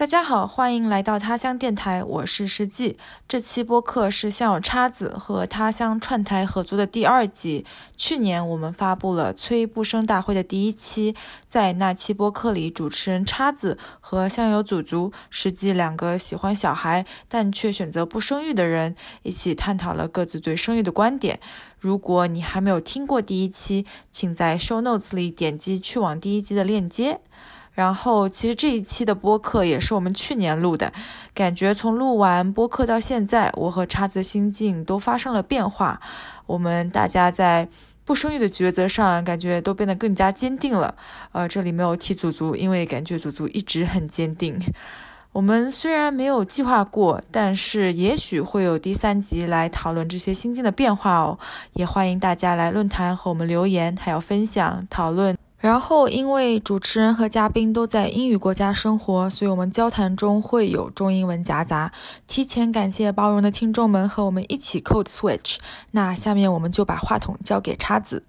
大家好，欢迎来到他乡电台，我是石记。这期播客是向有叉子和他乡串台合作的第2集。去年我们发布了催不生大会的第1期，在那期播客里，主持人叉子和向有祖祖实际2个喜欢小孩但却选择不生育的人，一起探讨了各自对生育的观点。如果你还没有听过第1期，请在 show notes 里点击去往第1集的链接。然后其实这一期的播客也是我们去年录的，感觉从录完播客到现在，我和叉子心境都发生了变化。我们大家在不生育的抉择上感觉都变得更加坚定了。这里没有提祖祖，因为感觉祖祖一直很坚定。我们虽然没有计划过，但是也许会有第3集来讨论这些心境的变化哦。也欢迎大家来论坛和我们留言，还有分享讨论。然后因为主持人和嘉宾都在英语国家生活，所以我们交谈中会有中英文夹杂。提前感谢包容的听众们和我们一起 code switch。那下面我们就把话筒交给叉子。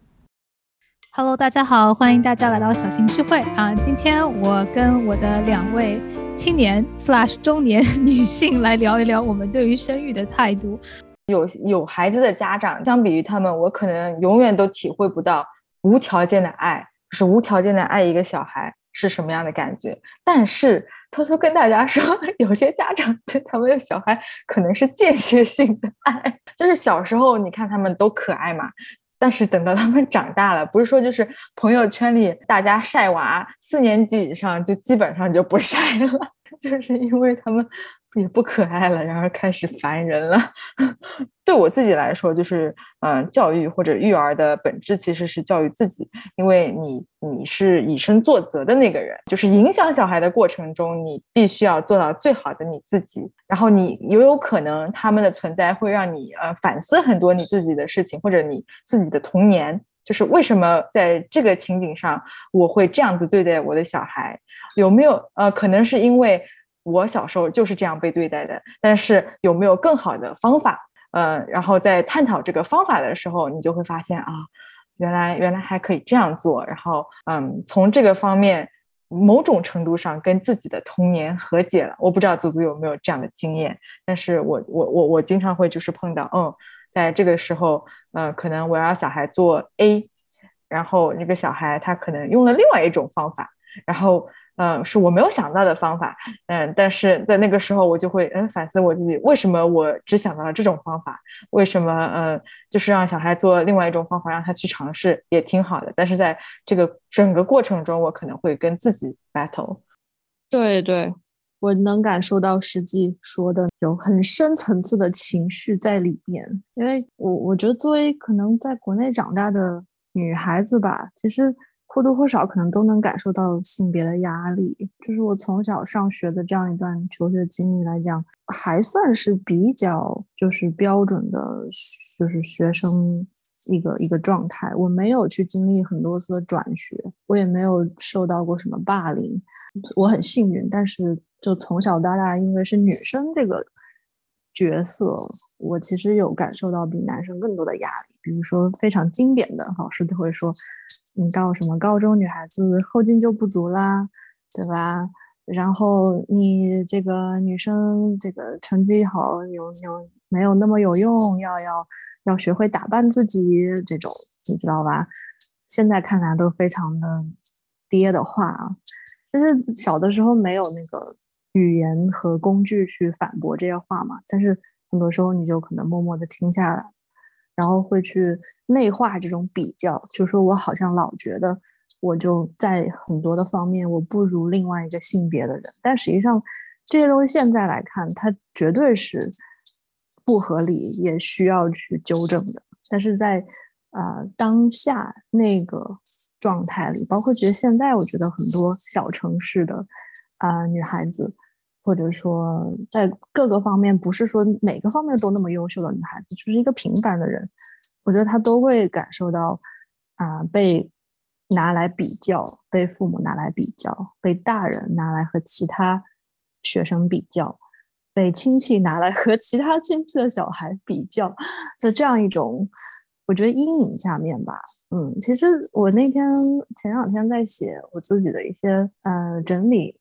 Hello， 大家好，欢迎大家来到小型聚会啊！今天我跟我的2位青年/中年女性来聊一聊我们对于生育的态度。 有孩子的家长，相比于他们，我可能永远都体会不到无条件的爱。就是无条件的爱一个小孩是什么样的感觉，但是偷偷跟大家说，有些家长对他们的小孩可能是间歇性的爱，就是小时候你看他们都可爱嘛，但是等到他们长大了，不是说就是朋友圈里大家晒娃4年级以上就基本上就不晒了，就是因为他们也不可爱了，然后开始烦人了。对我自己来说，就是教育或者育儿的本质其实是教育自己，因为你是以身作则的那个人，就是影响小孩的过程中，你必须要做到最好的你自己，然后你有可能他们的存在会让你反思很多你自己的事情，或者你自己的童年，就是为什么在这个情景上我会这样子对待我的小孩，有没有可能是因为我小时候就是这样被对待的，但是有没有更好的方法？然后在探讨这个方法的时候，你就会发现啊，原来还可以这样做。然后从这个方面，某种程度上跟自己的童年和解了。我不知道祖祖有没有这样的经验，但是我经常会就是碰到，在这个时候，可能我要小孩做 A， 然后那个小孩他可能用了另外一种方法，然后是我没有想到的方法，但是在那个时候我就会反思我自己，为什么我只想到了这种方法，为什么就是让小孩做另外一种方法，让他去尝试也挺好的，但是在这个整个过程中我可能会跟自己 battle。 对，我能感受到实际说的有很深层次的情绪在里面，因为我觉得作为可能在国内长大的女孩子吧，其实或多或少可能都能感受到性别的压力。就是我从小上学的这样一段求学经历来讲，还算是比较就是标准的就是学生一个状态，我没有去经历很多次的转学，我也没有受到过什么霸凌，我很幸运。但是就从小到大，因为是女生这个角色，我其实有感受到比男生更多的压力。比如说非常经典的，老师都会说你到什么高中女孩子后劲就不足啦，对吧？然后你这个女生这个成绩好没有那么有用，要学会打扮自己，这种你知道吧？现在看来都非常的爹的话啊，但是小的时候没有那个语言和工具去反驳这些话嘛，但是很多时候你就可能默默的听下来，然后会去内化这种比较，就是说我好像老觉得我就在很多的方面我不如另外一个性别的人，但实际上这些东西现在来看它绝对是不合理，也需要去纠正的。但是在当下那个状态里，包括觉得现在我觉得很多小城市的女孩子，或者说在各个方面不是说哪个方面都那么优秀的女孩子，就是一个平凡的人，我觉得她都会感受到被拿来比较，被父母拿来比较，被大人拿来和其他学生比较，被亲戚拿来和其他亲戚的小孩比较的这样一种我觉得阴影下面吧。其实我前2天在写我自己的一些整理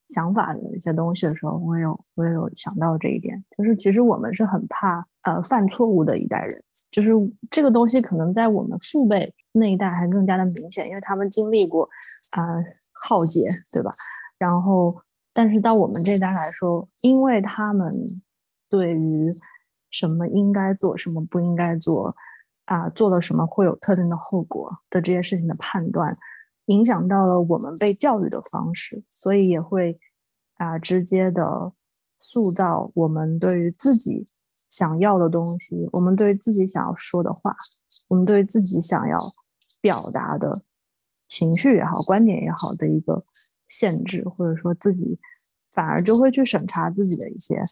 想法的一些东西的时候，我也有想到这一点，就是其实我们是很怕犯错误的一代人，就是这个东西可能在我们父辈那一代还更加的明显，因为他们经历过浩劫，对吧？然后但是到我们这一代来说，因为他们对于什么应该做什么不应该做做了什么会有特定的后果的这些事情的判断，影响到了我们被教育的方式，所以也会直接的塑造我们对于自己想要的东西，我们对于自己想要说的话，我们对于自己想要表达的情绪也好，观点也好的一个限制，或者说自己反而就会去审查自己的一些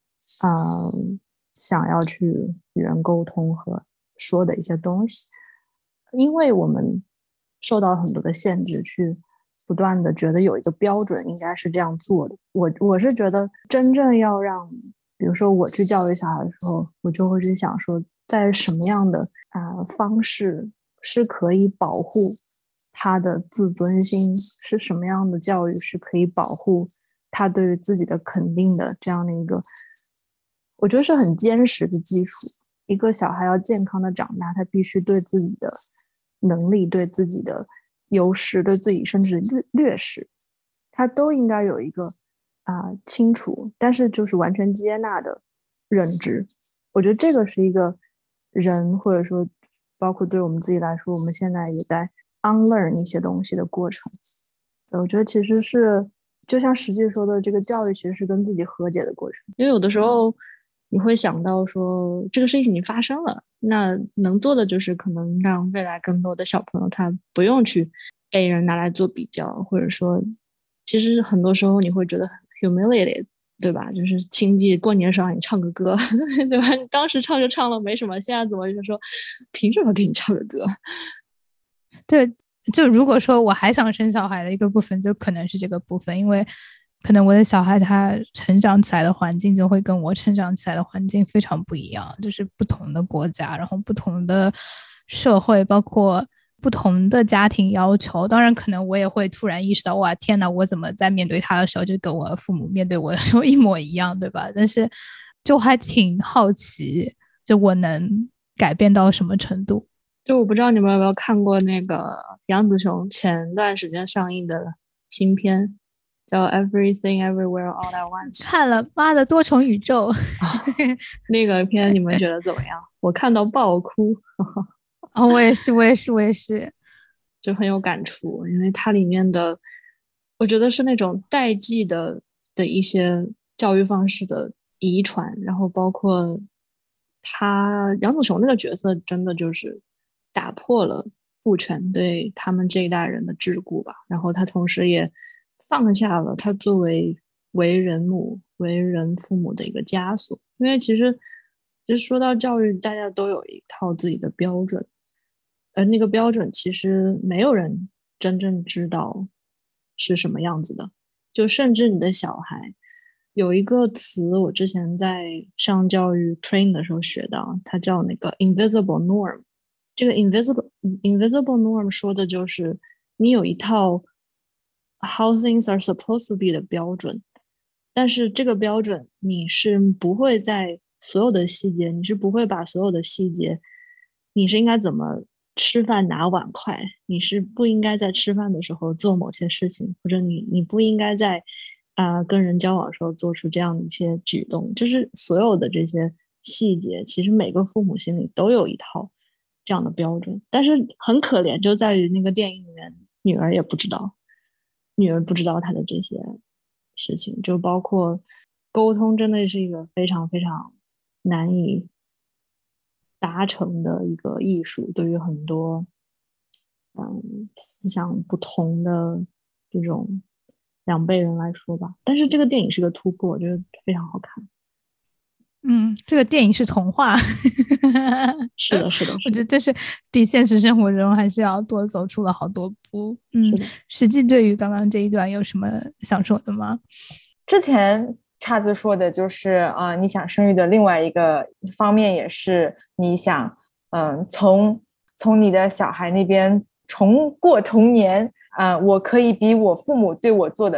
想要去与人沟通和说的一些东西，因为我们受到很多的限制，去不断的觉得有一个标准应该是这样做的。我是觉得真正要让，比如说我去教育小孩的时候，我就会去想说，在什么样的方式是可以保护他的自尊心，是什么样的教育是可以保护他对于自己的肯定的这样的一个，我觉得是很坚实的基础。一个小孩要健康的长大，他必须对自己的能力、对自己的优势、对自己甚至劣势，他都应该有一个清楚但是就是完全接纳的认知。我觉得这个是一个人，或者说包括对我们自己来说，我们现在也在 unlearn 一些东西的过程。我觉得其实是就像实际说的，这个教育其实是跟自己和解的过程，因为有的时候你会想到说这个事情已经发生了，那能做的就是可能让未来更多的小朋友他不用去被人拿来做比较，或者说其实很多时候你会觉得很 humiliated， 对吧？就是亲戚过年的时候让你唱个歌对吧？你当时唱就唱了没什么，现在怎么就说凭什么给你唱个歌？ 对，就如果说我还想生小孩的一个部分，就可能是这个部分，因为可能我的小孩他成长起来的环境就会跟我成长起来的环境非常不一样，就是不同的国家，然后不同的社会，包括不同的家庭要求。当然可能我也会突然意识到，哇天哪，我怎么在面对他的时候就跟我父母面对我的时候一模一样，对吧？但是就还挺好奇，就我能改变到什么程度。 就我不知道你们有没有看过那个杨紫琼前段时间上映的新片叫 Everything Everywhere All at Once。 看了，妈的多重宇宙那个片你们觉得怎么样？我看到爆哭我也是就很有感触，因为它里面的我觉得是那种代际的一些教育方式的遗传，然后包括杨紫琼那个角色真的就是打破了父权对他们这一代人的桎梏吧，然后他同时也放下了他作为为人母为人父母的一个枷锁。因为其实说到教育，大家都有一套自己的标准，而那个标准其实没有人真正知道是什么样子的。就甚至你的小孩有一个词，我之前在上教育 train 的时候学到，它叫那个 invisible norm。这个 invisible norm 说的就是你有一套 how things are supposed to be 的标准，但是这个标准你是不会在所有的细节，你是不会把所有的细节，你是应该怎么吃饭拿碗筷，你是不应该在吃饭的时候做某些事情，或者你不应该在跟人交往的时候做出这样的一些举动，就是所有的这些细节，其实每个父母心里都有一套这样的标准。但是很可怜就在于那个电影里面，女儿也不知道，女儿不知道她的这些事情，就包括沟通真的是一个非常非常难以达成的一个艺术，对于很多思想不同的这种两辈人来说吧。但是这个电影是个突破，我觉得非常好看。 这个电影是童话是的我觉得这是比现实生活中还是要多走出了好多步。实际对于刚刚这一段有什么想说的吗？ 之前叉子说的就是你想生育的另外一个方面也是你想从你的小孩那边重过童年，我可以比我父母对我做的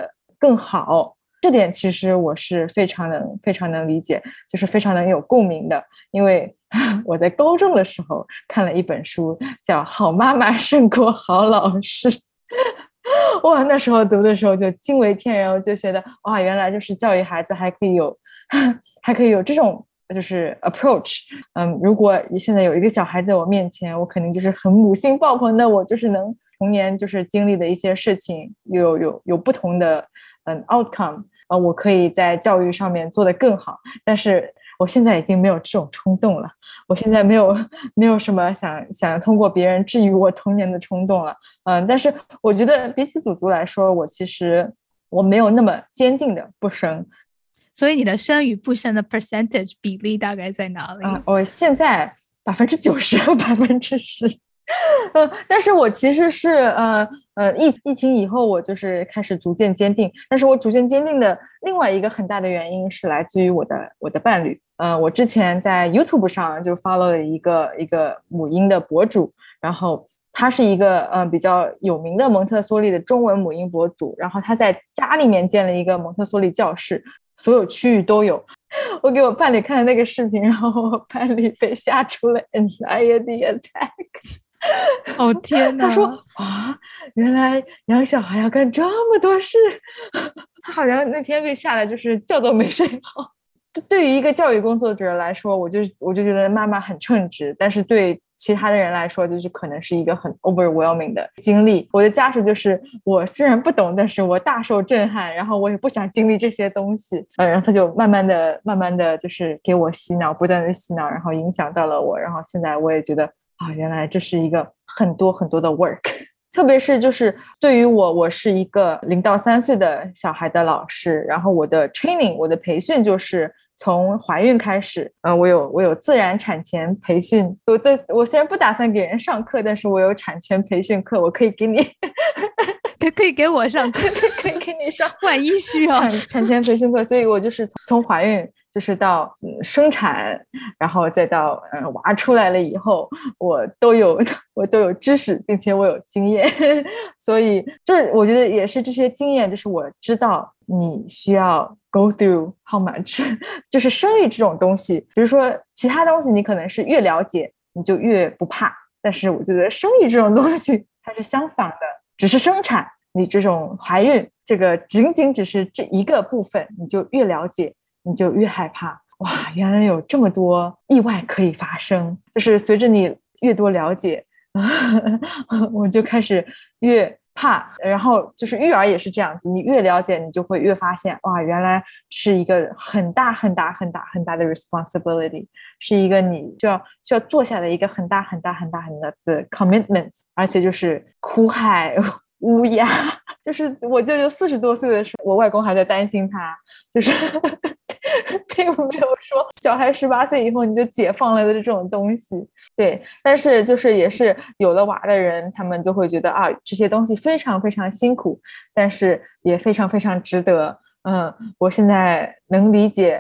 更好。这点其实我是非常能理解，就是非常能有共鸣的。因为我在高中的时候看了一本书叫《好妈妈胜过好老师》哇，那时候读的时候就惊为天人，我就觉得哇，原来就是教育孩子还可以有这种就是 approach。如果现在有一个小孩在我面前，我肯定就是很母性爆棚的，我就是能童年就是经历的一些事情有不同的outcome，我可以在教育上面做得更好。但是我现在已经没有这种冲动了，我现在没有什么想通过别人治愈我童年的冲动了。但是我觉得比起祖祖来说，我没有那么坚定的不生。 所以你的生与不生的 percentage 比例大概在哪里？ 我现在90%和10%。但是我其实是疫情以后我就是开始逐渐坚定，但是我逐渐坚定的另外一个很大的原因是来自于我的伴侣。我之前在 YouTube 上就 follow 了一个母婴的博主，然后他是一个比较有名的蒙特梭利的中文母婴博主，然后他在家里面建了一个蒙特梭利教室，所有区域都有。我给我伴侣看了那个视频，然后我伴侣被吓出了 anxiety attack。 哦天哪！ 他说啊，原来养小孩要干这么多事。他好像那天被吓得就是觉都没睡好。对于一个教育工作者来说，我就觉得妈妈很称职，但是对其他的人来说，就是可能是一个很 overwhelming 的经历。我的家属就是我虽然不懂，但是我大受震撼，然后我也不想经历这些东西。然后他就慢慢的就是给我洗脑，不断的洗脑，然后影响到了我。然后现在我也觉得原来这是一个很多的 work。 特别是就是对于我是一个0到3岁的小孩的老师，然后我的 training 我的培训就是从怀孕开始。我有自然产前培训，我虽然不打算给人上课，但是我有产前培训课，我可以给你可以给我上课可以给你上， 万一需要产前培训课。所以我就是从怀孕就是到生产，然后再到娃出来了以后，我都有知识，并且我有经验。所以就是我觉得也是这些经验，就是我知道你需要 go through how much。 就是生育这种东西，比如说其他东西你可能是越了解你就越不怕，但是我觉得生育这种东西它是相反的，只是生产，你这种怀孕这个仅仅只是这一个部分，你就越了解你就越害怕。哇，原来有这么多意外可以发生。就是随着你越多了解我就开始越怕。然后就是育儿也是这样子，你越了解你就会越发现，哇，原来是一个很大的 responsibility， 是一个你需要做下的一个很大的 commitment。 而且就是哭害乌鸦，就是我舅舅40多岁的时候，我外公还在担心他，就是并没有说小孩18岁以后你就解放了的这种东西。对，但是就是也是有了娃的人，他们就会觉得这些东西非常辛苦，但是也非常值得。我现在能理解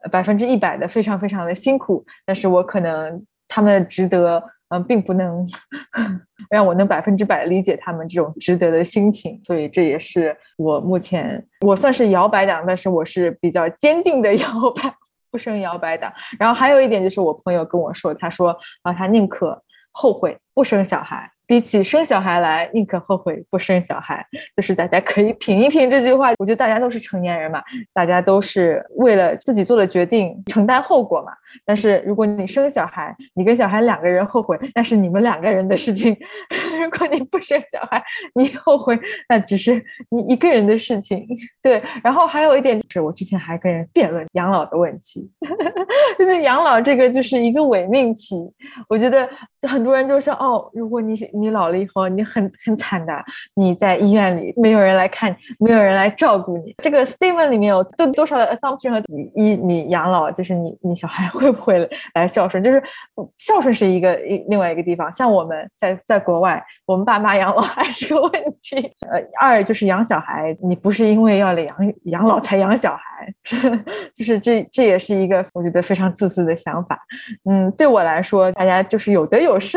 100%的非常的辛苦，但是我可能他们的值得并不能让我能100%理解他们这种值得的心情。所以这也是我目前，我算是摇摆党，但是我是比较坚定的摇摆，不生摇摆党。然后还有一点就是我朋友跟我说，他说他宁可后悔不生小孩，比起生小孩来宁可后悔不生小孩。就是大家可以品一品这句话。我觉得大家都是成年人嘛，大家都是为了自己做的决定承担后果嘛。但是如果你生小孩，你跟小孩2个人后悔，那是你们2个人的事情。如果你不生小孩，你后悔，那只是你一个人的事情。对，然后还有一点就是我之前还跟人辩论养老的问题就是养老这个就是一个伪命题。我觉得很多人就说如果你老了以后你很惨的，你在医院里没有人来看你，没有人来照顾你。这个 statement 里面有多少的 assumption 和你养老就是你小孩会不会来孝顺，就是孝顺是另外一个地方。像我们在国外，我们爸妈养老还是个问题。二就是养小孩，你不是因为要养老才养小孩，就是这也是一个我觉得非常自私的想法。对我来说，大家就是有得有失嘛。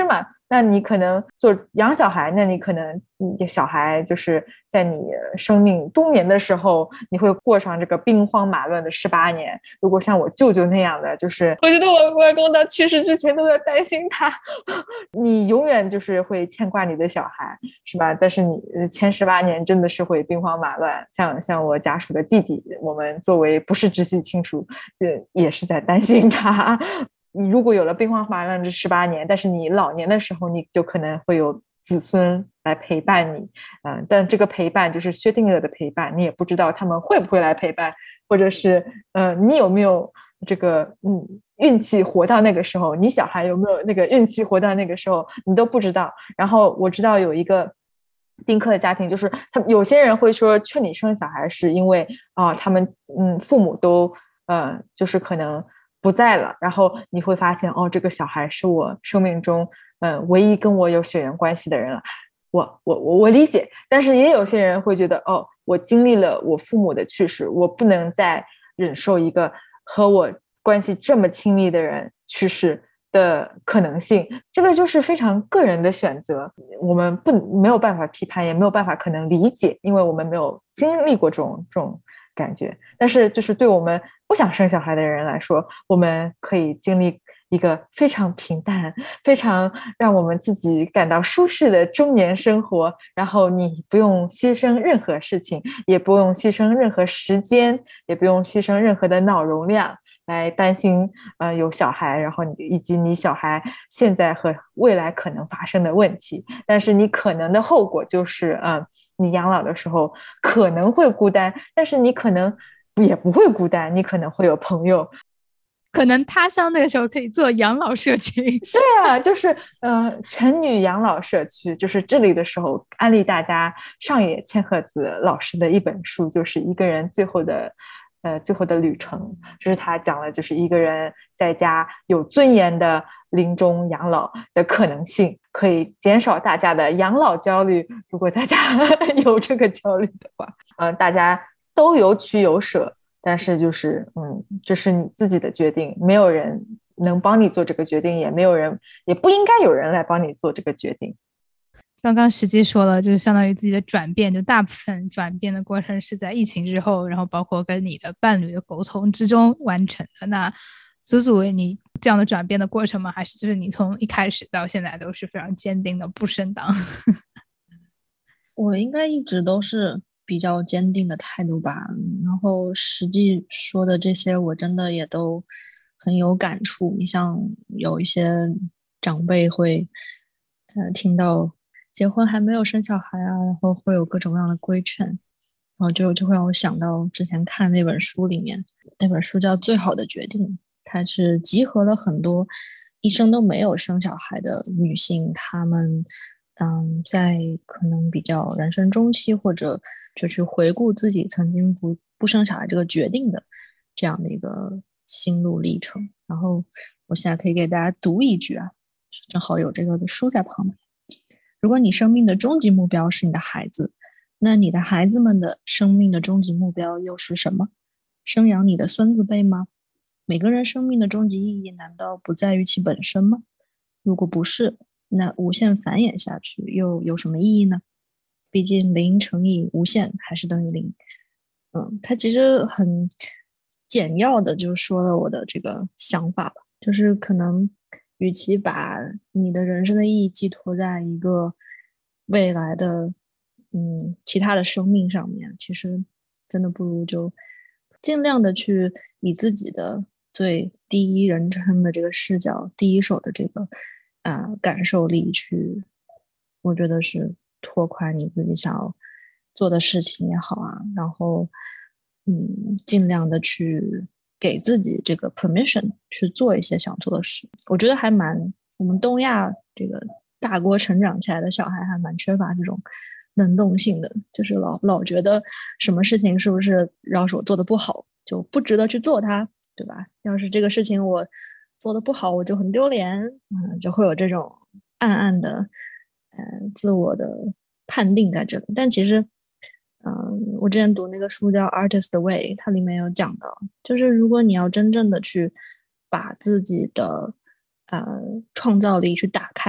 那你可能做养小孩，那你可能你小孩就是在你生命中年的时候，你会过上这个兵荒马乱的18年。如果像我舅舅那样的，就是我觉得我外公到去世之前都在担心他，你永远就是会牵挂你的小孩，是吧？但是你前18年真的是会兵荒马乱。像我家属的弟弟，我们作为不是直系亲属，也是在担心他。你如果有了兵荒马乱这18年，但是你老年的时候，你就可能会有子孙来陪伴你，但这个陪伴就是薛定谔的陪伴，你也不知道他们会不会来陪伴，或者是你有没有这个运气活到那个时候，你小孩有没有那个运气活到那个时候，你都不知道。然后我知道有一个丁克的家庭，就是他有些人会说劝你生小孩是因为他们父母都就是可能不在了，然后你会发现这个小孩是我生命中唯一跟我有血缘关系的人了。我理解，但是也有些人会觉得我经历了我父母的去世，我不能再忍受一个和我关系这么亲密的人去世的可能性。这个就是非常个人的选择，我们没有办法批判，也没有办法可能理解，因为我们没有经历过这种感觉。但是就是对我们不想生小孩的人来说，我们可以经历一个非常平淡、非常让我们自己感到舒适的中年生活，然后你不用牺牲任何事情，也不用牺牲任何时间，也不用牺牲任何的脑容量来担心有小孩，然后以及你小孩现在和未来可能发生的问题。但是你可能的后果就是你养老的时候可能会孤单，但是你可能也不会孤单，你可能会有朋友， 可能他乡那个时候可以做养老社区。 对啊，就是全女养老社区。就是这里的时候安利大家上野千鹤子老师的一本书，就是一个人最后的旅程。就是他讲了就是一个人在家有尊严的临终养老的可能性，可以减少大家的养老焦虑。如果大家有这个焦虑的话，大家都有取有舍，但是就是这是你自己的决定，没有人能帮你做这个决定，也没有人，也不应该有人来帮你做这个决定。 刚刚实际说了，就是相当于自己的转变，就大部分转变的过程是在疫情之后，然后包括跟你的伴侣的沟通之中完成的。那祖祖，你这样的转变的过程吗？还是就是你从一开始到现在都是非常坚定的不生党？ 我应该一直都是比较坚定的态度吧，然后实际说的这些我真的也都很有感触。你像有一些长辈会听到结婚还没有生小孩啊，然后会有各种各样的规劝，然后就会让我想到之前看那本书里面，那本书叫《最好的决定》，它是集合了很多一生都没有生小孩的女性，她们在可能比较人生中期，或者就去回顾自己曾经不生小孩这个决定的这样的一个心路历程。然后我现在可以给大家读一句啊，正好有这个书在旁边。如果你生命的终极目标是你的孩子，那你的孩子们的生命的终极目标又是什么？生养你的孙子辈吗？每个人生命的终极意义难道不在于其本身吗？如果不是，那无限繁衍下去又有什么意义呢？毕竟零乘以无限还是等于零。他其实很简要的就说了我的这个想法吧，就是可能与其把你的人生的意义寄托在一个未来的其他的生命上面，其实真的不如就尽量的去以自己的最第一人称的这个视角，第一手的这个感受力去，我觉得是拓宽你自己想要做的事情也好啊，然后尽量的去给自己这个 permission 去做一些想做的事。我觉得还蛮，我们东亚这个大国成长起来的小孩还蛮缺乏这种能动性的，就是老觉得什么事情是不是要是我做的不好就不值得去做它，对吧？要是这个事情我做的不好我就很丢脸，就会有这种暗暗的自我的判定在这里。但其实我之前读那个书叫 Artist Way， 它里面有讲到，就是如果你要真正的去把自己的创造力去打开，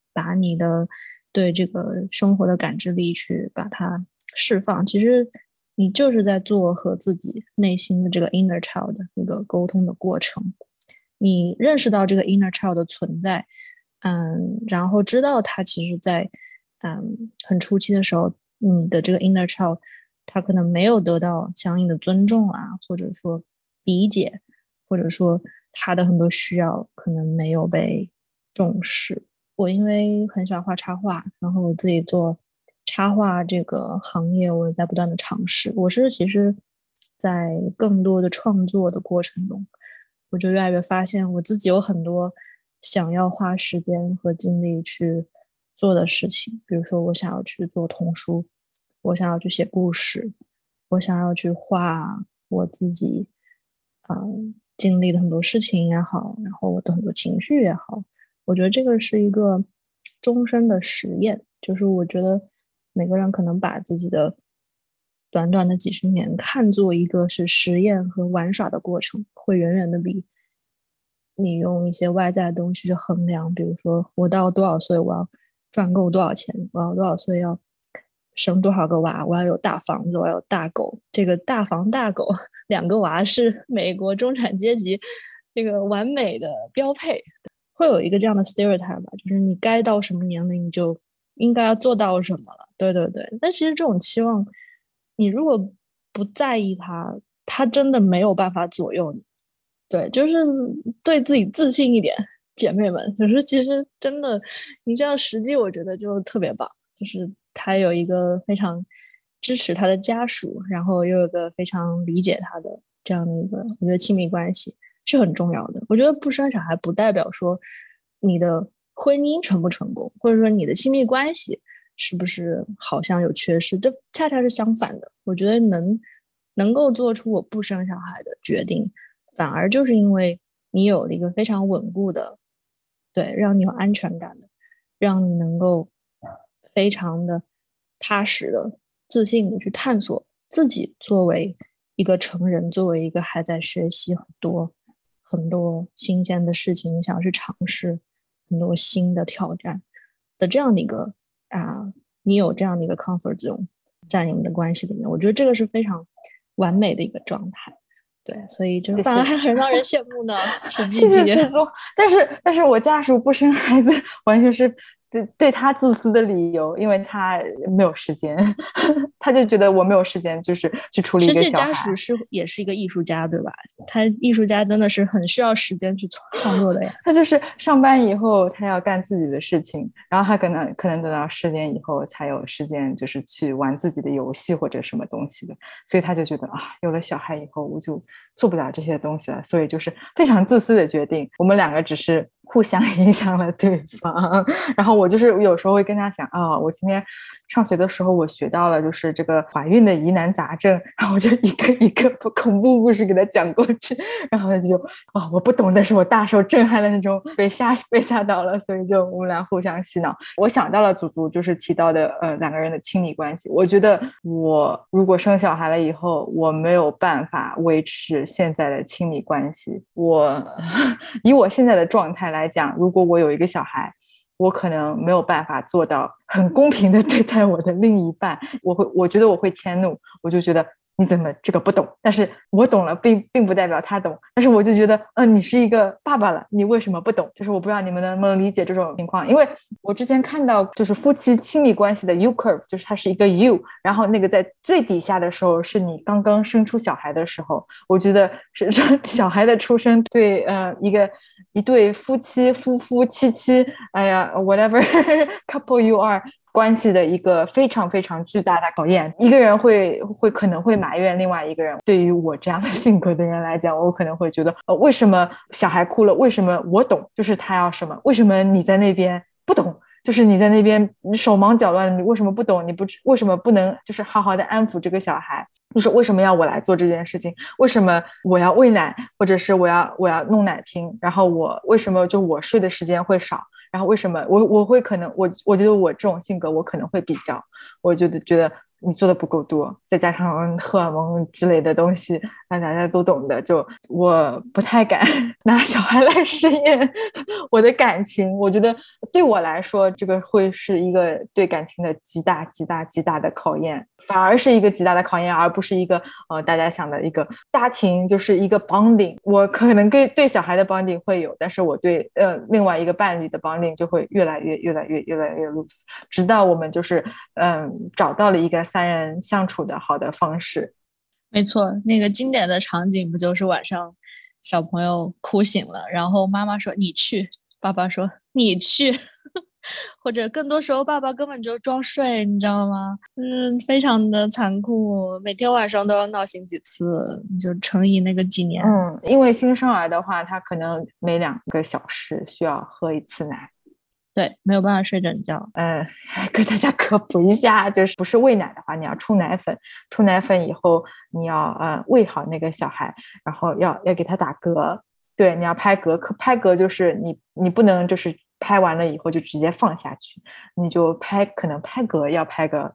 把你的对这个生活的感知力去把它释放，其实你就是在做和自己内心的这个 inner child 的一个沟通的过程。你认识到这个 inner child 的存在，然后知道它其实在很初期的时候，你的这个 inner child 他可能没有得到相应的尊重啊，或者说理解，或者说他的很多需要可能没有被重视。我因为很喜欢画插画，然后我自己做插画这个行业，我也在不断的尝试。我是其实在更多的创作的过程中，我就越来越发现我自己有很多想要花时间和精力去做的事情。比如说我想要去做童书，我想要去写故事，我想要去画我自己经历的很多事情也好，然后我的很多情绪也好，我觉得这个是一个终身的实验。就是我觉得每个人可能把自己的短短的几十年看作一个是实验和玩耍的过程，会远远的比你用一些外在的东西去衡量，比如说我到多少岁我要赚够多少钱，我要多少岁要生多少个娃，我要有大房子，我要有大狗。这个大房大狗2个娃是美国中产阶级这个完美的标配，会有一个这样的 stereotype 吧，就是你该到什么年龄你就应该要做到什么了。对对对，但其实这种期望你如果不在意它真的没有办法左右你。对，就是对自己自信一点，姐妹们。就是其实真的，你这样实际，我觉得就特别棒。就是他有一个非常支持他的家属，然后又有一个非常理解他的这样的一个，我觉得亲密关系是很重要的。我觉得不生小孩不代表说你的婚姻成不成功，或者说你的亲密关系是不是好像有缺失，这恰恰是相反的。我觉得能够做出我不生小孩的决定，反而就是因为你有了一个非常稳固的，对，让你有安全感的，让你能够非常的踏实的、自信的去探索自己作为一个成人，作为一个还在学习很多新鲜的事情，你想去尝试很多新的挑战的这样的一个你有这样的一个 comfort zone 在你们的关系里面，我觉得这个是非常完美的一个状态。对，所以就反而还很让人羡慕呢。 谢谢子忠，但是我家属不生孩子，完全是对他自私的理由，因为他没有时间，他就觉得我没有时间，就是去处理一个小孩。 实际家属也是一个艺术家，对吧？他艺术家真的是很需要时间去创作的呀。 他就是上班以后，他要干自己的事情，然后他可能等到10年以后才有时间，就是去玩自己的游戏或者什么东西的。所以他就觉得有了小孩以后，我就做不了这些东西了，所以就是非常自私的决定。我们2个只是互相影响了对方，然后我就是有时候会跟他讲我今天上学的时候我学到了就是这个怀孕的疑难杂症，然后我就一个一个恐怖故事给他讲过去，然后他就我不懂，但是我大受震撼的那种，被吓到了，所以就我们俩互相洗脑。我想到了祖祖就是提到的2个人的亲密关系，我觉得我如果生小孩了以后，我没有办法维持现在的亲密关系。以我现在的状态来讲，如果我有一个小孩，我可能没有办法做到很公平的对待我的另一半，我觉得我会迁怒，我就觉得你怎么这个不懂，但是我懂了并不代表他懂，但是我就觉得你是一个爸爸了，你为什么不懂，就是我不知道你们能不能理解这种情况。因为我之前看到就是夫妻亲密关系的 U curve， 就是它是一个 U， 然后那个在最底下的时候是你刚刚生出小孩的时候，我觉得是小孩的出生对一对夫妻妻whatever couple you are关系的一个非常非常巨大的考验。一个人可能会埋怨另外一个人，对于我这样的性格的人来讲，我可能会觉得为什么小孩哭了，为什么我懂，就是他要什么，为什么你在那边不懂，就是你在那边手忙脚乱的，你为什么不懂，为什么不能就是好好的安抚这个小孩，就是为什么要我来做这件事情，为什么我要喂奶，或者是我要弄奶瓶，然后为什么就我睡的时间会少，然后为什么我会可能我觉得我这种性格我可能会比较，我觉得你做的不够多，再加上荷尔蒙之类的东西，大家都懂的，就我不太敢拿小孩来试验我的感情。我觉得对我来说，这个会是一个对感情的极大极大极大的考验，反而是一个极大的考验，而不是一个大家想的一个家庭就是一个 bonding。我可能对小孩的 bonding 会有，但是我对另外一个伴侣的 bonding 就会越来越 loose， 直到我们就是找到了一个3人相处的好的方式。 没错，那个经典的场景不就是晚上小朋友哭醒了，然后妈妈说你去，爸爸说你去或者更多时候爸爸根本就装睡，你知道吗？非常的残酷，每天晚上都要闹醒几次，你就乘以那个几年。 因为新生儿的话，他可能每2个小时需要喝1次奶。 对，没有办法睡整觉。 给大家科普一下，就是不是喂奶的话，你要冲奶粉，冲奶粉以后你要喂好那个小孩，然后要给他打嗝。对，你要拍嗝，拍嗝就是你不能就是拍完了以后就直接放下去，你就可能拍嗝要拍个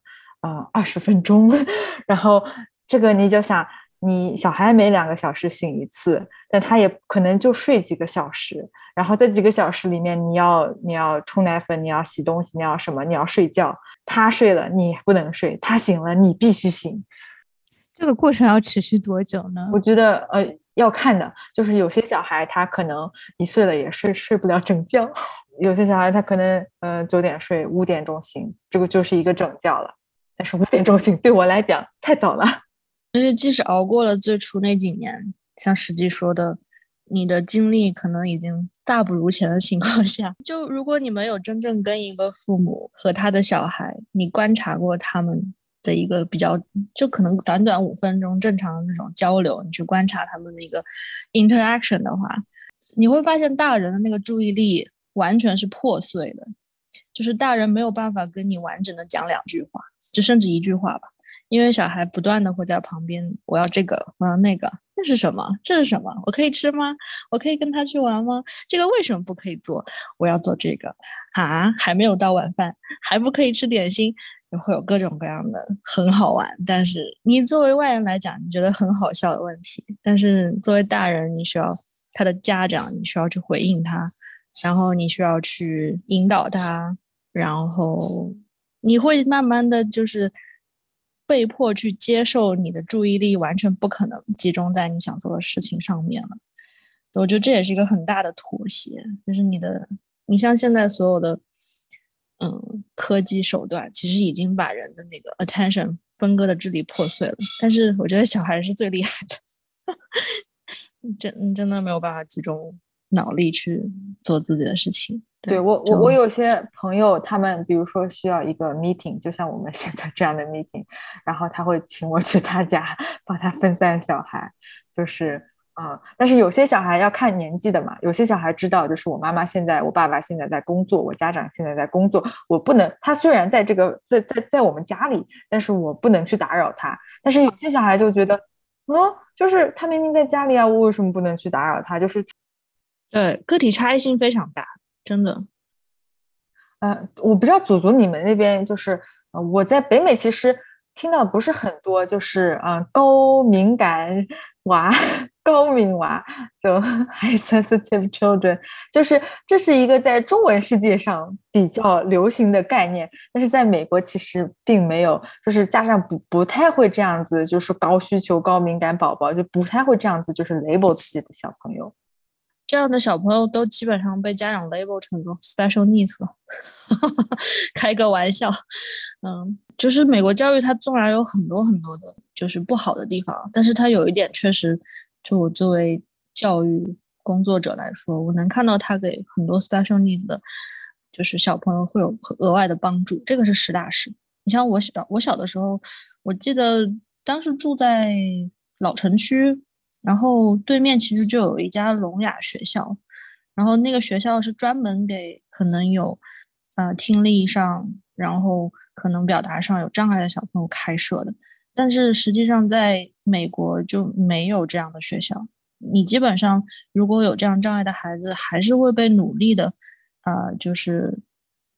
20分钟，然后这个你就想，你小孩每2个小时醒1次，但他也可能就睡几个小时，然后在几个小时里面你要冲奶粉，你要洗东西，你要什么，你要睡觉，他睡了你不能睡，他醒了你必须醒。 这个过程要持续多久呢？ 我觉得要看的，就是有些小孩他可能1岁了也睡不了整觉，有些小孩他可能9点睡5点钟醒，这个就是一个整觉了。但是5点钟醒对我来讲太早了。 而且即使熬过了最初那几年，像实际说的，你的精力可能已经大不如前的情况下，就如果你没有真正跟一个父母和他的小孩，你观察过他们的一个比较，就可能短短5分钟正常的那种交流，你去观察他们的一个 interaction 的话，你会发现大人的那个注意力完全是破碎的，就是大人没有办法跟你完整的讲2句话，就甚至1句话吧。因为小孩不断的会在旁边，我要这个，我要那个，那是什么？这是什么？我可以吃吗？我可以跟他去玩吗？这个为什么不可以做？我要做这个啊！还没有到晚饭，还不可以吃点心，会有各种各样的很好玩，但是你作为外人来讲，你觉得很好笑的问题，但是作为大人，你需要他的家长，你需要去回应他，然后你需要去引导他，然后你会慢慢的就是被迫去接受你的注意力完全不可能集中在你想做的事情上面了。我觉得这也是一个很大的妥协，就是你像现在所有的科技手段其实已经把人的那个 attention 分割的支离破碎了，但是我觉得小孩是最厉害的真的没有办法集中脑力去做自己的事情。 对，我有些朋友，他们比如说需要一个 meeting， 就像我们现在这样的 meeting， 然后他会请我去他家帮他分散小孩，就是但是有些小孩要看年纪的嘛，有些小孩知道，就是我妈妈现在，我爸爸现在在工作，我家长现在在工作，我不能，他虽然在这个在我们家里，但是我不能去打扰他。但是有些小孩就觉得，就是他明明在家里啊，我为什么不能去打扰他？就是对，个体差异性非常大，真的。 我不知道祖祖你们那边就是我在北美其实听到不是很多，就是高敏感娃、高敏娃，就 high sensitive children， 就是这是一个在中文世界上比较流行的概念，但是在美国其实并没有，就是家长不太会这样子，就是高需求、高敏感宝宝就不太会这样子，就是 label 自己的小朋友。 这样的小朋友都基本上被家长 label 成个 special needs 了开个玩笑。就是美国教育它纵然有很多很多的就是不好的地方，但是它有一点确实，就我作为教育工作者来说，我能看到它给很多 special needs 的就是小朋友会有额外的帮助，这个是实打实。你像我小的时候，我记得当时住在老城区，然后对面其实就有一家聋哑学校，然后那个学校是专门给可能有听力上，然后可能表达上有障碍的小朋友开设的，但是实际上在美国就没有这样的学校。你基本上如果有这样障碍的孩子，还是会被努力的就是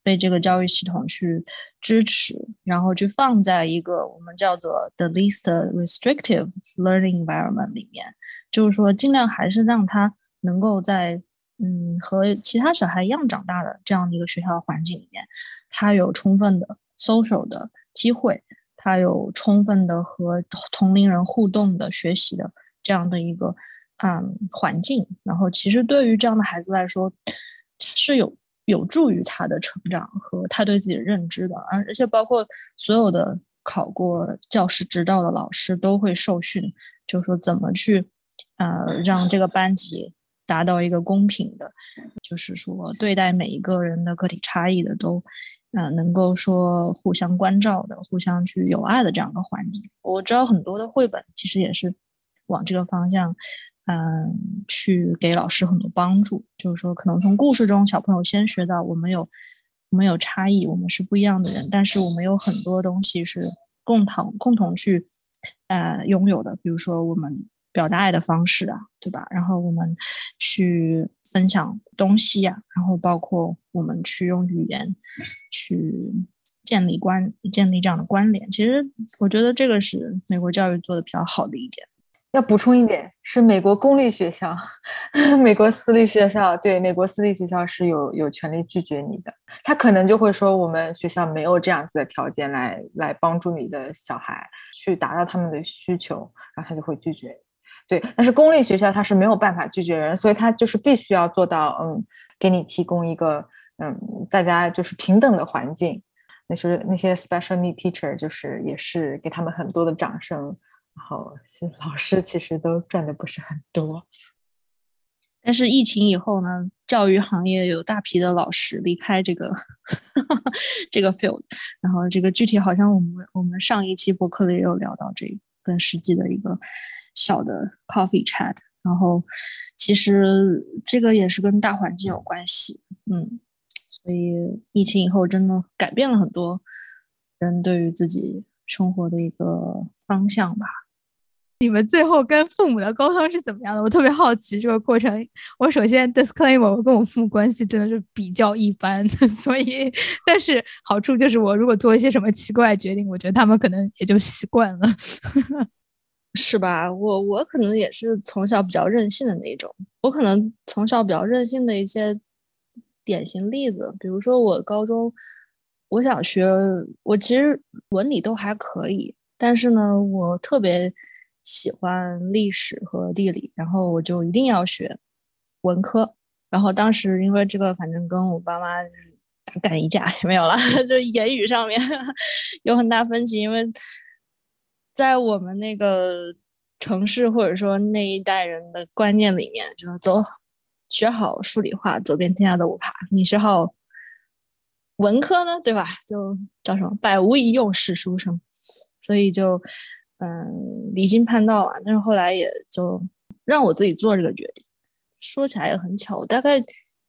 被这个教育系统去支持，然后去放在一个我们叫做 the least restrictive learning environment 里面，就是说尽量还是让他能够在和其他小孩一样长大的这样的一个学校环境里面，他有充分的 social 的机会，他有充分的和同龄人互动的学习的这样的一个环境，然后其实对于这样的孩子来说是有助于他的成长和他对自己的认知的，而且包括所有的考过教师执照的老师都会受训，就是说怎么去让这个班级达到一个公平的，就是说对待每一个人的个体差异的都能够说互相关照的，互相去友爱的这样一个环境。我知道很多的绘本其实也是往这个方向去给老师很多帮助，就是说可能从故事中小朋友先学到我们有差异，我们是不一样的人，但是我们有很多东西是共同去拥有的，比如说我们表达爱的方式啊，对吧？然后我们去分享东西啊，然后包括我们去用语言去建立这样的关联。其实我觉得这个是美国教育做的比较好的一点。 要补充一点，是美国公立学校，美国私立学校，对，美国私立学校是有权利拒绝你的。他可能就会说，我们学校没有这样子的条件来帮助你的小孩去达到他们的需求，然后他就会拒绝。对，但是公立学校他是没有办法拒绝人，所以他就是必须要做到，给你提供一个，大家就是平等的环境。那些 special need teacher 就是也是给他们很多的掌声。然后老师其实都赚的不是很多， 但是疫情以后呢，教育行业有大批的老师离开这个这个 field， 然后这个具体好像我们上一期播客里也有聊到这个跟实际的一个小的 coffee chat， 然后其实这个也是跟大环境有关系，所以疫情以后真的改变了很多人对于自己生活的一个方向吧。 你们最后跟父母的沟通是怎么样的？我特别好奇这个过程。我首先 disclaimer， 我跟我父母关系真的是比较一般，所以但是好处就是我如果做一些什么奇怪的决定，我觉得他们可能也就习惯了。 是吧？我可能也是从小比较任性的那种。我可能从小比较任性的一些典型例子，比如说我高中我想学，我其实文理都还可以，但是呢我特别喜欢历史和地理，然后我就一定要学文科。然后当时因为这个反正跟我爸妈大干一架也没有了，就言语上面有很大分歧，因为在我们那个城市或者说那一代人的观念里面，就是走学好数理化，走遍天下都不怕。你学好文科呢，对吧？就叫什么百无一用是书生，所以就离经叛道啊。但是后来也就让我自己做这个决定。说起来也很巧，大概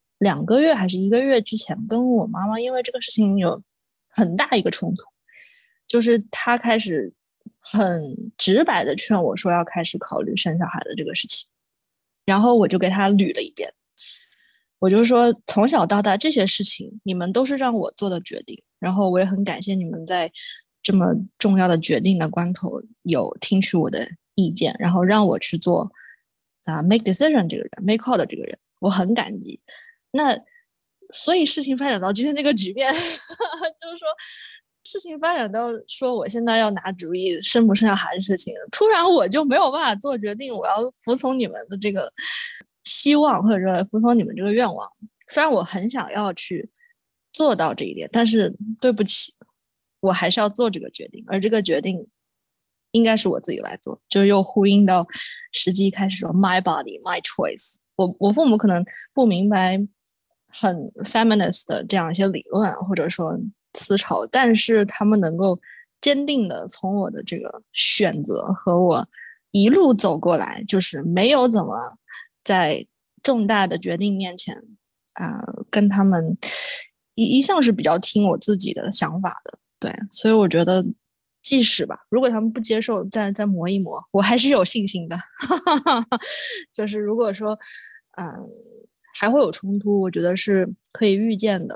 2个月还是1个月之前，跟我妈妈因为这个事情有很大一个冲突，就是她开始很直白的劝我说要开始考虑生小孩的这个事情，然后我就给她捋了一遍。我就说从小到大这些事情你们都是让我做的决定，然后我也很感谢你们在这么重要的决定的关头有听取我的意见，然后让我去做make decision 这个人 make call 的这个人，我很感激。那所以事情发展到今天这个局面就是说事情发展到说我现在要拿主意生不生小孩的事情，突然我就没有办法做决定，我要服从你们的这个希望或者说服从你们这个愿望。虽然我很想要去做到这一点，但是对不起，我还是要做这个决定，而这个决定应该是我自己来做，就又呼应到实际开始说 my body my choice。 我父母可能不明白很 feminist 的这样一些理论或者说思潮，但是他们能够坚定的从我的这个选择和我一路走过来，就是没有怎么在重大的决定面前跟他们一向是比较听我自己的想法的。对，所以我觉得即使吧，如果他们不接受，再磨一磨，我还是有信心的。就是如果说还会有冲突，我觉得是可以预见的。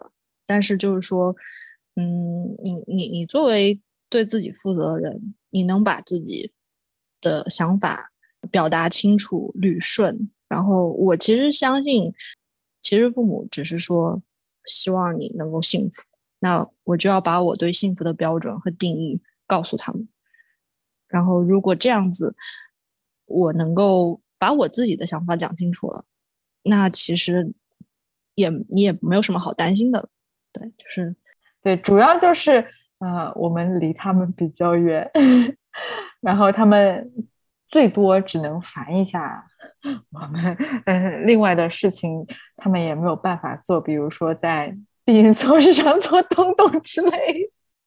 但是就是说，你作为对自己负责的人，你能把自己的想法表达清楚、捋顺。然后我其实相信，其实父母只是说希望你能够幸福，那我就要把我对幸福的标准和定义告诉他们。然后如果这样子，我能够把我自己的想法讲清楚了，那其实你也没有什么好担心的。对，就是对，主要就是我们离他们比较远，然后他们最多只能烦一下我们，另外的事情他们也没有办法做，比如说在避孕措施上做动动之类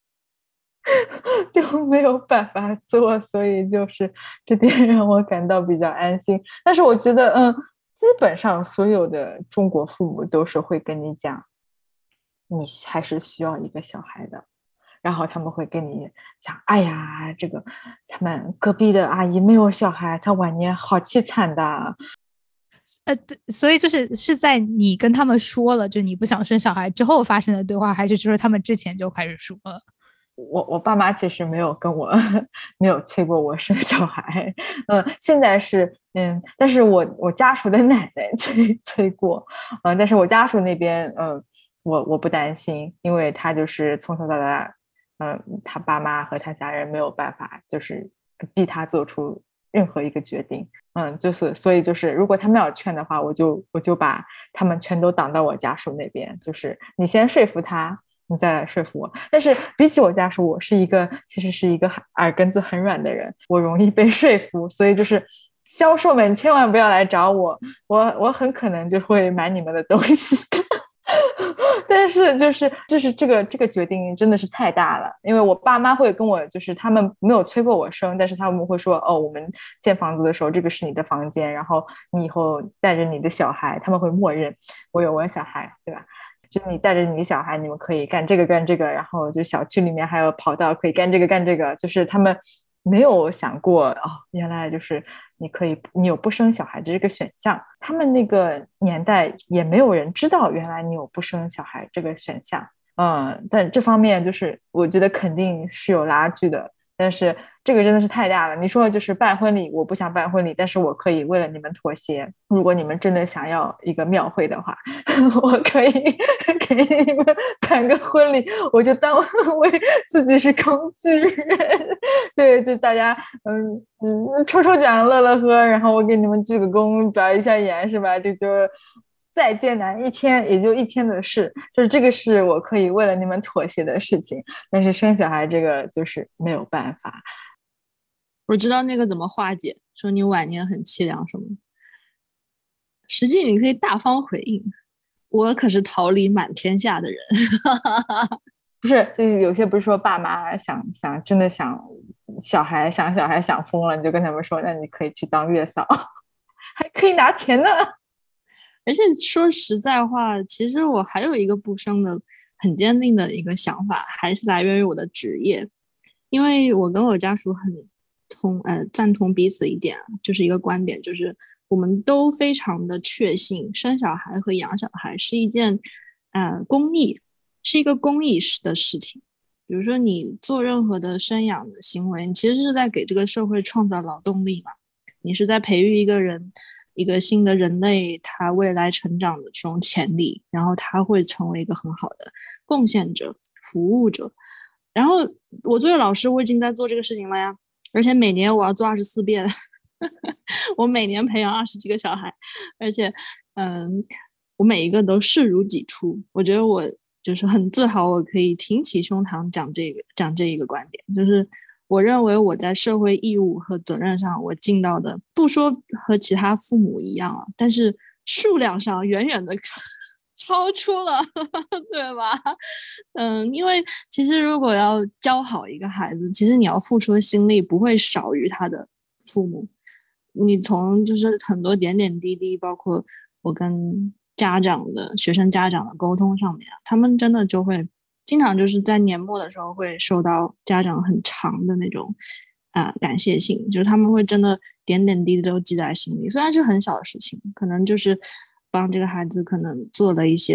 就没有办法做，所以就是这点让我感到比较安心。但是我觉得基本上所有的中国父母都是会跟你讲，你还是需要一个小孩的，然后他们会跟你讲，哎呀，这个他们隔壁的阿姨没有小孩，她晚年好凄惨的。 所以是在你跟他们说了就你不想生小孩之后发生的对话，还是就是他们之前就开始说了？ 我爸妈其实没有跟我没有催过我生小孩，现在是但是我家属的奶奶催过，但是我家属那边我不担心，因为他就是从小到大，他爸妈和他家人没有办法就是逼他做出任何一个决定，就是所以就是如果他们要劝的话，我就把他们全都挡到我家属那边，就是你先说服他，你再来说服我。但是比起我家属，我其实是一个耳根子很软的人，我容易被说服，所以就是销售们千万不要来找我很可能就会买你们的东西的。但是就是这个决定真的是太大了，因为我爸妈会跟我，就是他们没有催过我生，但是他们会说，我们建房子的时候这个是你的房间，然后你以后带着你的小孩，他们会默认我有我的小孩，对吧？就是你带着你的小孩，你们可以干这个干这个，然后就小区里面还有跑道可以干这个干这个，就是他们没有想过原来就是你有不生小孩这个选项，他们那个年代也没有人知道原来你有不生小孩这个选项，但这方面就是我觉得肯定是有拉锯的，但是这个真的是太大了。你说就是办婚礼，我不想办婚礼，但是我可以为了你们妥协。如果你们真的想要一个庙会的话，我可以给你们办个婚礼，我就当为自己是工具人。对，就大家抽抽奖乐乐呵，然后我给你们鞠个躬表一下演，是吧？这就再艰难一天也就一天的事，就是这个是我可以为了你们妥协的事情，但是生小孩这个就是没有办法。 我知道那个怎么化解，说你晚年很凄凉什么的，实际你可以大方回应，我可是桃李满天下的人。 不是，有些不是说爸妈真的想小孩想疯了，你就跟他们说，那你可以去当月嫂，还可以拿钱呢。 而且说实在话，其实我还有一个不生的很坚定的一个想法，还是来源于我的职业，因为我跟我家属很赞同彼此一点，就是一个观点，就是我们都非常的确信生小孩和养小孩是一件公益，是一个公益的事情。比如说你做任何的生养的行为，你其实是在给这个社会创造劳动力嘛，你是在培育一个人，一个新的人类他未来成长的这种潜力，然后他会成为一个很好的贡献者、服务者。然后我作为老师，我已经在做这个事情了呀，而且每年我要做24遍我每年培养20几个小孩，而且我每一个都视如己出。我觉得我就是很自豪，我可以挺起胸膛讲这一个观点，就是我认为我在社会义务和责任上我尽到的，不说和其他父母一样啊，但是数量上远远的超出了对吧？因为其实如果要教好一个孩子，其实你要付出的心力不会少于他的父母。你从就是很多点点滴滴，包括我跟学生家长的沟通上面，他们真的就会经常就是在年末的时候会收到家长很长的那种感谢信，就是他们会真的点点滴滴都记在心里，虽然是很小的事情，可能就是帮这个孩子可能做了一些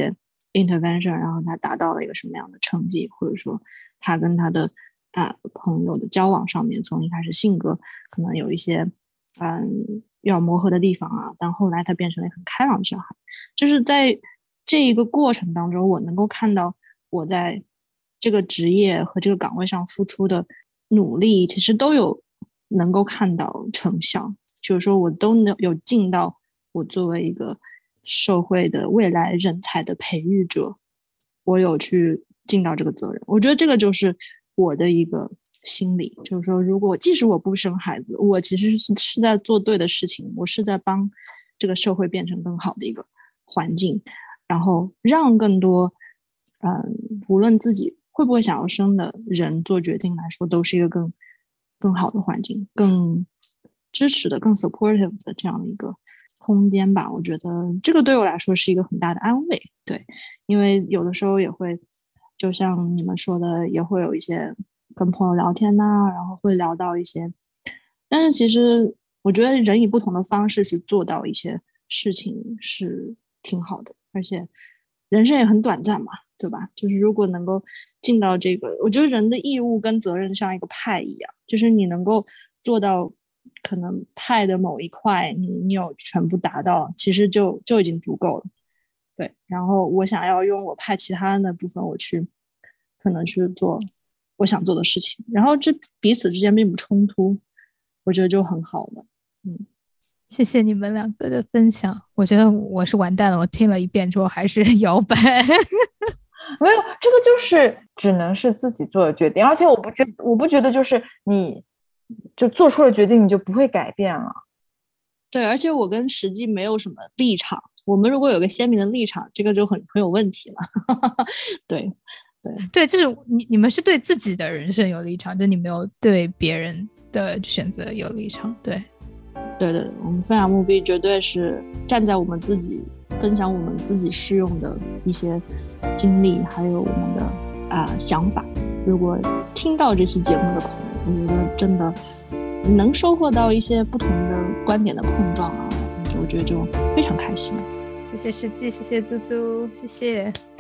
intervention，然后他达到了一个什么样的成绩，或者说他跟他的朋友的交往上面，从一开始性格可能有一些要磨合的地方啊，但后来他变成了很开朗的小孩。就是在这一个过程当中，我能够看到我在这个职业和这个岗位上付出的努力，其实都有能够看到成效，就是说我都能有尽到我作为一个社会的未来人才的培育者，我有去尽到这个责任。我觉得这个就是我的一个心理，就是说如果即使我不生孩子，我其实是在做对的事情，我是在帮这个社会变成更好的一个环境，然后让更多无论自己会不会想要生的人做决定来说，都是一个更好的环境，更支持的更 supportive 的这样的一个空间吧。我觉得这个对我来说是一个很大的安慰。对，因为有的时候也会就像你们说的，也会有一些跟朋友聊天然后会聊到一些，但是其实我觉得人以不同的方式去做到一些事情是挺好的，而且人生也很短暂嘛，对吧？就是如果能够尽到这个，我觉得人的义务跟责任像一个派一样，就是你能够做到可能派的某一块你有全部达到，其实就已经足够了。对，然后我想要用我派其他的部分，我去可能去做我想做的事情，然后这彼此之间并不冲突，我觉得就很好了。 谢谢你们两个的分享。我觉得我是完蛋了，我听了一遍之后还是摇摆。 没有，这个就是只能是自己做的决定，而且我不觉得就是你就做出了决定你就不会改变了。 对，而且我跟实际没有什么立场，我们如果有个鲜明的立场，这个就很有问题了。 对，就是你们是对自己的人生有立场，就你没有对别人的选择有立场。对， 我们分享目的绝对是站在我们自己分享我们自己适用的一些经历，还有我们的想法。如果听到这期节目的朋友，我觉得真的能收获到一些不同的观点的碰撞我觉得就非常开心。 谢谢世纪，谢谢猪猪，谢谢。